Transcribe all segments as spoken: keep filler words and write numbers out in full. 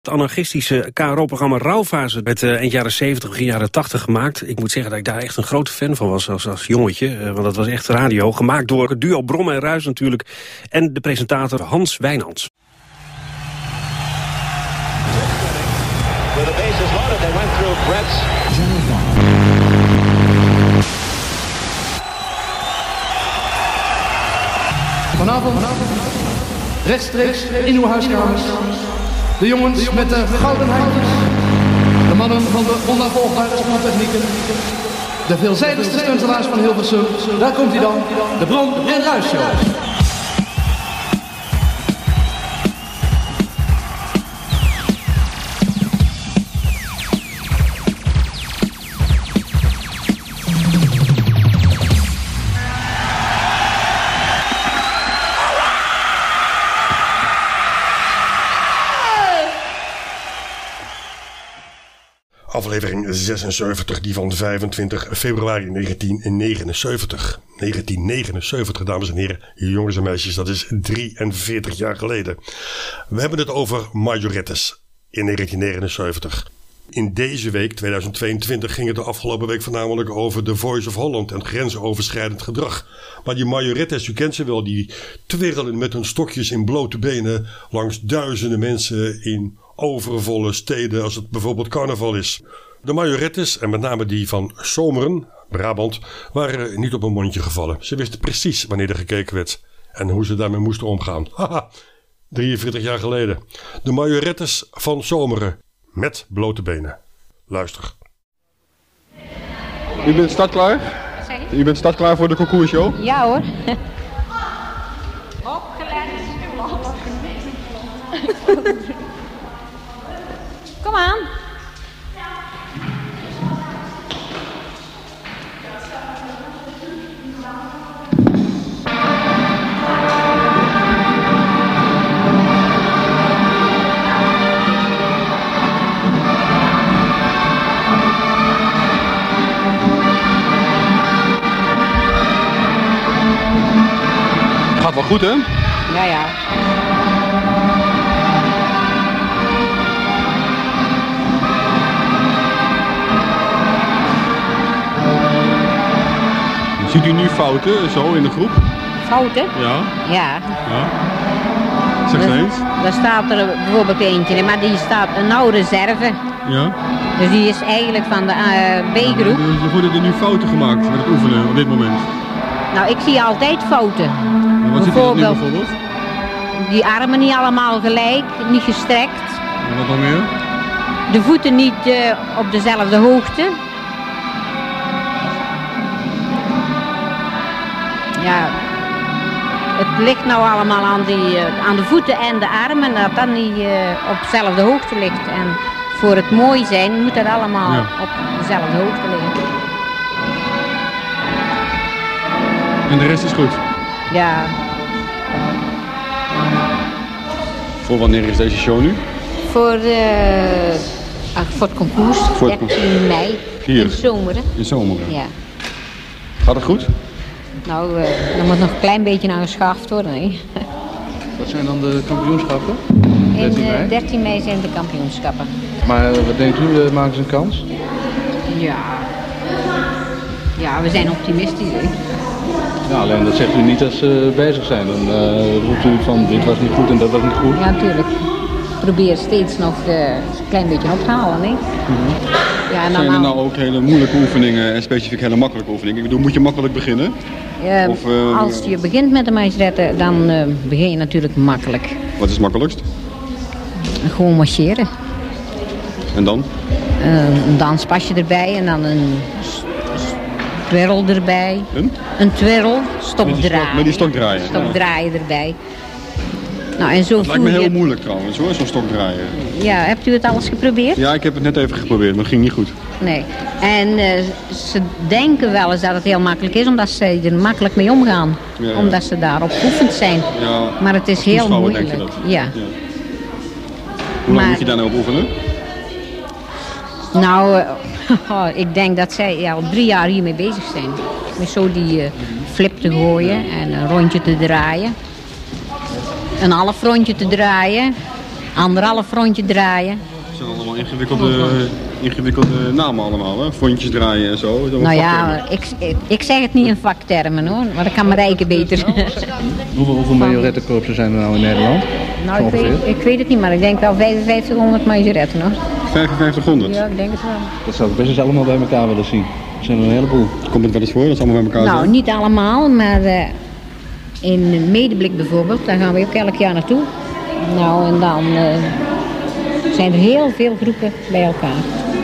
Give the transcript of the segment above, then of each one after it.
Het anarchistische K R O-programma Rouwfase werd uh, eind jaren zeventig, begin jaren tachtig gemaakt. Ik moet zeggen dat ik daar echt een grote fan van was als, als jongetje. Uh, want dat was echt radio, gemaakt door het duo Brom en Ruijs natuurlijk. En de presentator Hans Wijnands. Vanavond, rechtstreeks in uw huiskamers. De jongens met de gouden handjes. De mannen van de onnavolgbare sporttechnieken. De veelzijdigste stuntelaars van Hilversum. Daar komt hij dan, de Brom en Ruijs Show. Aflevering zesenzeventig, die van vijfentwintig februari negentien negenenzeventig. negentien negenenzeventig, dames en heren, jongens en meisjes, dat is drieënveertig jaar geleden. We hebben het over majorettes in negentien negenenzeventig. In deze week, tweeduizend tweeëntwintig, ging het de afgelopen week voornamelijk over The Voice of Holland en grensoverschrijdend gedrag. Maar die majorettes, u kent ze wel, die twirrelen met hun stokjes in blote benen langs duizenden mensen in overvolle steden als het bijvoorbeeld carnaval is. De majorettes, en met name die van Zomeren, Brabant, waren niet op een mondje gevallen. Ze wisten precies wanneer er gekeken werd en hoe ze daarmee moesten omgaan. Haha, drieënveertig jaar geleden. De majorettes van Zomeren, met blote benen. Luister. U bent startklaar? Zeg je? U bent startklaar voor de concourshow? Ja hoor. Opgelet. Kom aan. Gaat wel goed, hè? Ja, ja. Ziet u nu fouten, zo in de groep? Fouten? Ja. Ja. Ja. Zeg eens eens. Daar staat er bijvoorbeeld eentje, maar die staat een oude reserve. Ja. Dus die is eigenlijk van de uh, B-groep. Er worden er nu fouten gemaakt met het oefenen op dit moment. Nou, ik zie altijd fouten. En wat zit er dan in bijvoorbeeld? Die armen niet allemaal gelijk, niet gestrekt. En wat dan meer? De voeten niet uh, op dezelfde hoogte. Ja, het ligt nou allemaal aan, die, uh, aan de voeten en de armen, dat dat niet uh, op dezelfde hoogte ligt. En voor het mooi zijn moet dat allemaal ja. op dezelfde hoogte liggen. En de rest is goed? Ja. Voor wanneer is deze show nu? Voor, uh, ach, voor het concours, voor het dertien mei, Hier. in Zomeren. In Zomeren? Ja. Gaat het goed? Nou, uh, er moet nog een klein beetje naar geschaafd worden. Hè. Wat zijn dan de kampioenschappen? In uh, dertien mei zijn de kampioenschappen. Maar uh, wat denkt u, uh, maken ze een kans? Ja. Ja, we zijn optimistisch. Hè. Ja, alleen dat zegt u niet als ze bezig zijn. Dan uh, roept u van dit was niet goed en dat was niet goed. Ja, natuurlijk. Ik probeer steeds nog uh, een klein beetje op te halen. Hè. Mm-hmm. Ja, en zijn dan er nou ook hele moeilijke oefeningen en specifiek hele makkelijke oefeningen? Ik bedoel, moet je makkelijk beginnen? Uh, of, uh, als je begint met de majoretten, dan uh, begin je natuurlijk makkelijk. Wat is het makkelijkst? Gewoon marcheren. En dan? Uh, een danspasje erbij en dan een twirl erbij. Een? Een twirl, stok met die draaien. Stok, met die stok draaien? Stok ja. draaien erbij. Nou, en zo dat lijkt me heel je... moeilijk trouwens hoor, zo'n stok draaien. Ja, hebt u het alles geprobeerd? Ja, ik heb het net even geprobeerd, maar het ging niet goed. Nee. En uh, ze denken wel eens dat het heel makkelijk is, omdat ze er makkelijk mee omgaan. Ja, ja. Omdat ze daarop geoefend zijn. Ja, maar het is heel moeilijk. Denk je dat? Ja. Ja. Hoe lang maar... moet je daar nou op oefenen? Nou, uh, ik denk dat zij al drie jaar hiermee bezig zijn. Met zo die uh, flip te gooien en een rondje te draaien. Een half rondje te draaien. anderhalf rondje draaien. Het zijn allemaal ingewikkelde, ingewikkelde namen allemaal, hè? Fondjes draaien en zo. Nou ja, ik, ik, ik zeg het niet in vaktermen hoor, maar dat kan Marijke beter. Hoeveel, hoeveel majorettenkorpsen zijn er nou in Nederland? Nou, ik weet, ik weet het niet, maar ik denk wel vijfenvijftighonderd majoretten hoor. vijfenvijftighonderd? Ja, ik denk het wel. Dat zou ik best eens allemaal bij elkaar willen zien. Er zijn er een heleboel. Komt het wel eens voor dat ze allemaal bij elkaar Nou, zijn? niet allemaal, maar uh, in Medeblik bijvoorbeeld, daar gaan we ook elk jaar naartoe. Nou, en dan uh, zijn er heel veel groepen bij elkaar.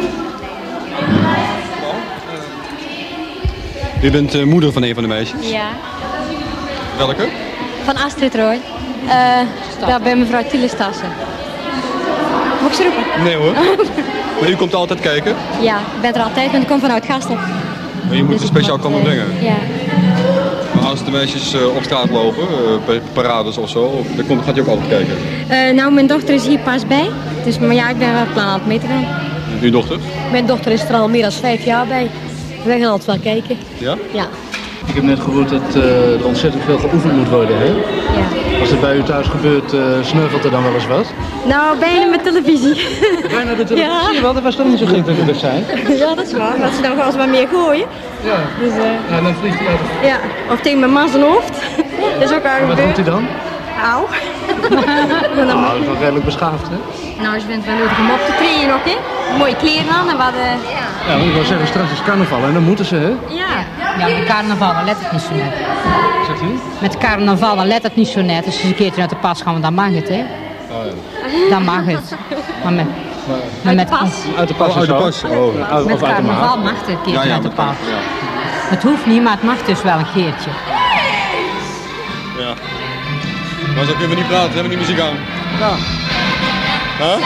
U bent uh, moeder van een van de meisjes? Ja. Welke? Van Astrid Roy. Uh, ja, bij mevrouw Tielestassen. Moet ik ze roepen? Nee hoor. Maar u komt altijd kijken? Ja, ik ben er altijd, want ik kom vanuit Gastel. Maar je moet Dus er ik speciaal moet, komen uh, brengen? Ja. Maar als de meisjes uh, op straat lopen, uh, bij parades of zo, dan komt, gaat u ook altijd kijken? Uh, nou, mijn dochter is hier pas bij. Dus, maar ja, ik ben wel plan aan het mee te gaan. En uw dochter? Mijn dochter is er al meer dan vijf jaar bij. Wij gaan altijd wel kijken. Ja? Ja. Ik heb net gehoord dat uh, er ontzettend veel geoefend moet worden, hè? Ja. Als het bij u thuis gebeurt, uh, sneuvelt er dan wel eens wat? Nou, bijna met televisie. Bijna de televisie, Ja. wel, dat was toch niet zo geïnteresseerd zijn? Ja, dat is waar. Dat ze dan wel eens wat meer gooien. Ja, Dus, uh, ja dan vliegt hij uit. ja. Of tegen mijn man zijn hoofd. Dat is ook al En wat doet gebeurd. hij dan? Auw. Nou, dat is wel redelijk beschaafd, hè? Nou, je bent wel nodig om op te treden nog, hè? Mooie kleren aan en wat... Uh... Ja, want ik wou zeggen, straks is carnaval en dan moeten ze, hè? Ja. Ja, met carnaval, dan let het niet zo net. Zegt u? Met carnaval, dan let het niet zo net. Als je een keertje uit de pas gaan, dan mag het, hè. Oh ja. Dan mag het. Maar met, maar met, Uit de pas Oh, uit de en zo. pas. Oh, ja. Uit- met of uit de maag. carnaval mag het een keertje Ja, ja, uit de met pas. ja. Het hoeft niet, maar het mag dus wel een keertje. Ja. Maar zo kunnen we niet praten, we hebben die muziek aan. Ja. Huh?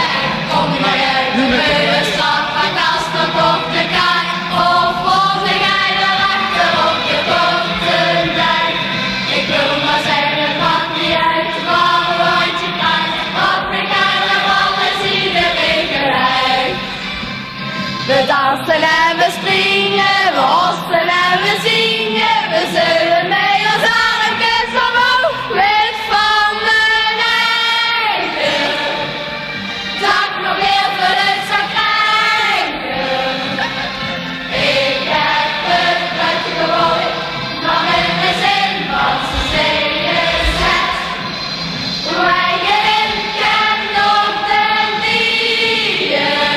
We dansen en we springen, we hossen en we zingen, we zullen met ons armpjes omhoog, met van mijn eigen. Dat ik nog heel veel uit zou krijgen. Ik heb het buiten gegooid, nog in mijn zin, want ze zingen zet. Hoe hij erin kent op de dieren.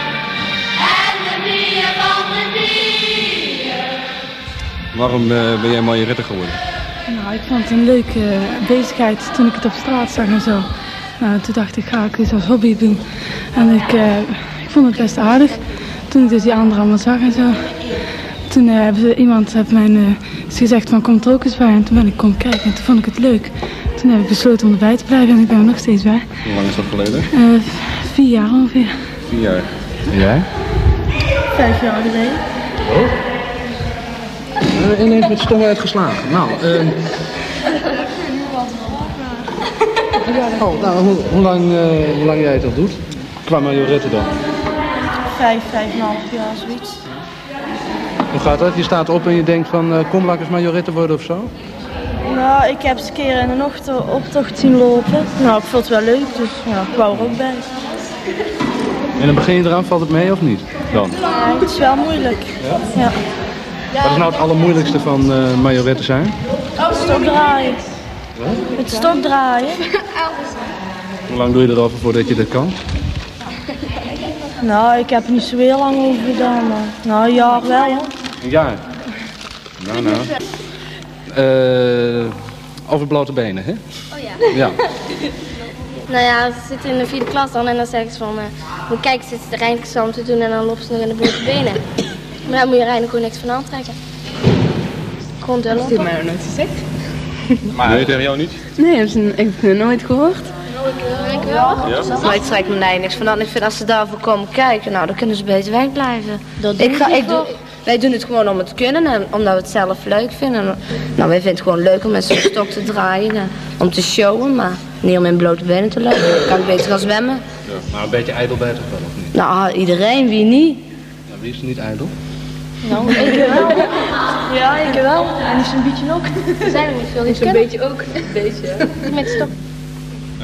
Waarom uh, ben jij majoretter geworden? Nou, ik vond het een leuke uh, bezigheid toen ik het op straat zag en zo. Nou, toen dacht ik, ga ik eens als hobby doen. En ik, uh, ik vond het best aardig. Toen ik dus die anderen allemaal zag en zo. Toen uh, hebben ze, iemand heeft mij uh, gezegd van kom er ook eens bij. En toen ben ik komen kijken en toen vond ik het leuk. Toen heb ik besloten om erbij te blijven en ik ben er nog steeds bij. Hoe lang is dat geleden? Uh, vier jaar ongeveer. Vier jaar. En jij? Vijf jaar geleden. Oh. Uh, ineens met stom uitgeslagen. Nou, uh... oh, nou hoe, hoe, lang, uh, hoe lang jij het al doet? Qua majoretten dan? Vijf, vijf en een half jaar, zoiets. Hoe gaat dat? Je staat op en je denkt van uh, kom laat ik eens majoretten worden of zo? Nou, ik heb eens een keer in een ochtend optocht zien lopen. Nou, ik vond het wel leuk, dus ja, ik wou er ook bij. En dan begin je eraan, valt het mee of niet? Dan? Ja, het is wel moeilijk. Ja? Ja. Wat is nou het allermoeilijkste van uh, majoretten zijn? Het stokdraaien. Het stokdraaien. Hoe lang doe je erover voordat je dat kan? Nou, ik heb er niet zo heel lang over gedaan, maar nou, een jaar wel. Een jaar? Nou, nou. Uh, over blote benen, hè? Oh ja. Ja. Nou ja, ze zitten in de vierde klas dan en dan zeggen ze van, uh, kijk, ze zitten er eindexamen te doen en dan lopen ze nog in de blote benen. Maar daar moet je er eigenlijk gewoon niks van aantrekken. Gewoon dullen. Dat heeft mij nog nooit gezegd. Maar nee, tegen jou niet? Nee, heb ik heb het nooit gehoord. Ik wel. Ja? Maar ik trek me daar niks van aan. Ik vind als ze daarvoor komen kijken, nou dan kunnen ze beter wegblijven. Ik ga, ik doe, wij doen het gewoon om het te kunnen en omdat we het zelf leuk vinden. Nou, wij vinden het gewoon leuk om met zo'n stok te draaien, en om te showen, maar niet om in blote benen te lopen. Dan kan ik beter gaan zwemmen. Ja, maar een beetje ijdel bij toch wel, of niet? Nou, iedereen, wie niet? Ja, wie is er niet ijdel? Nou, ik wel. Ja, ik wel. En is een beetje ook. Er zijn er niet veel die Zo'n beetje ook. Een beetje, ja. met stok.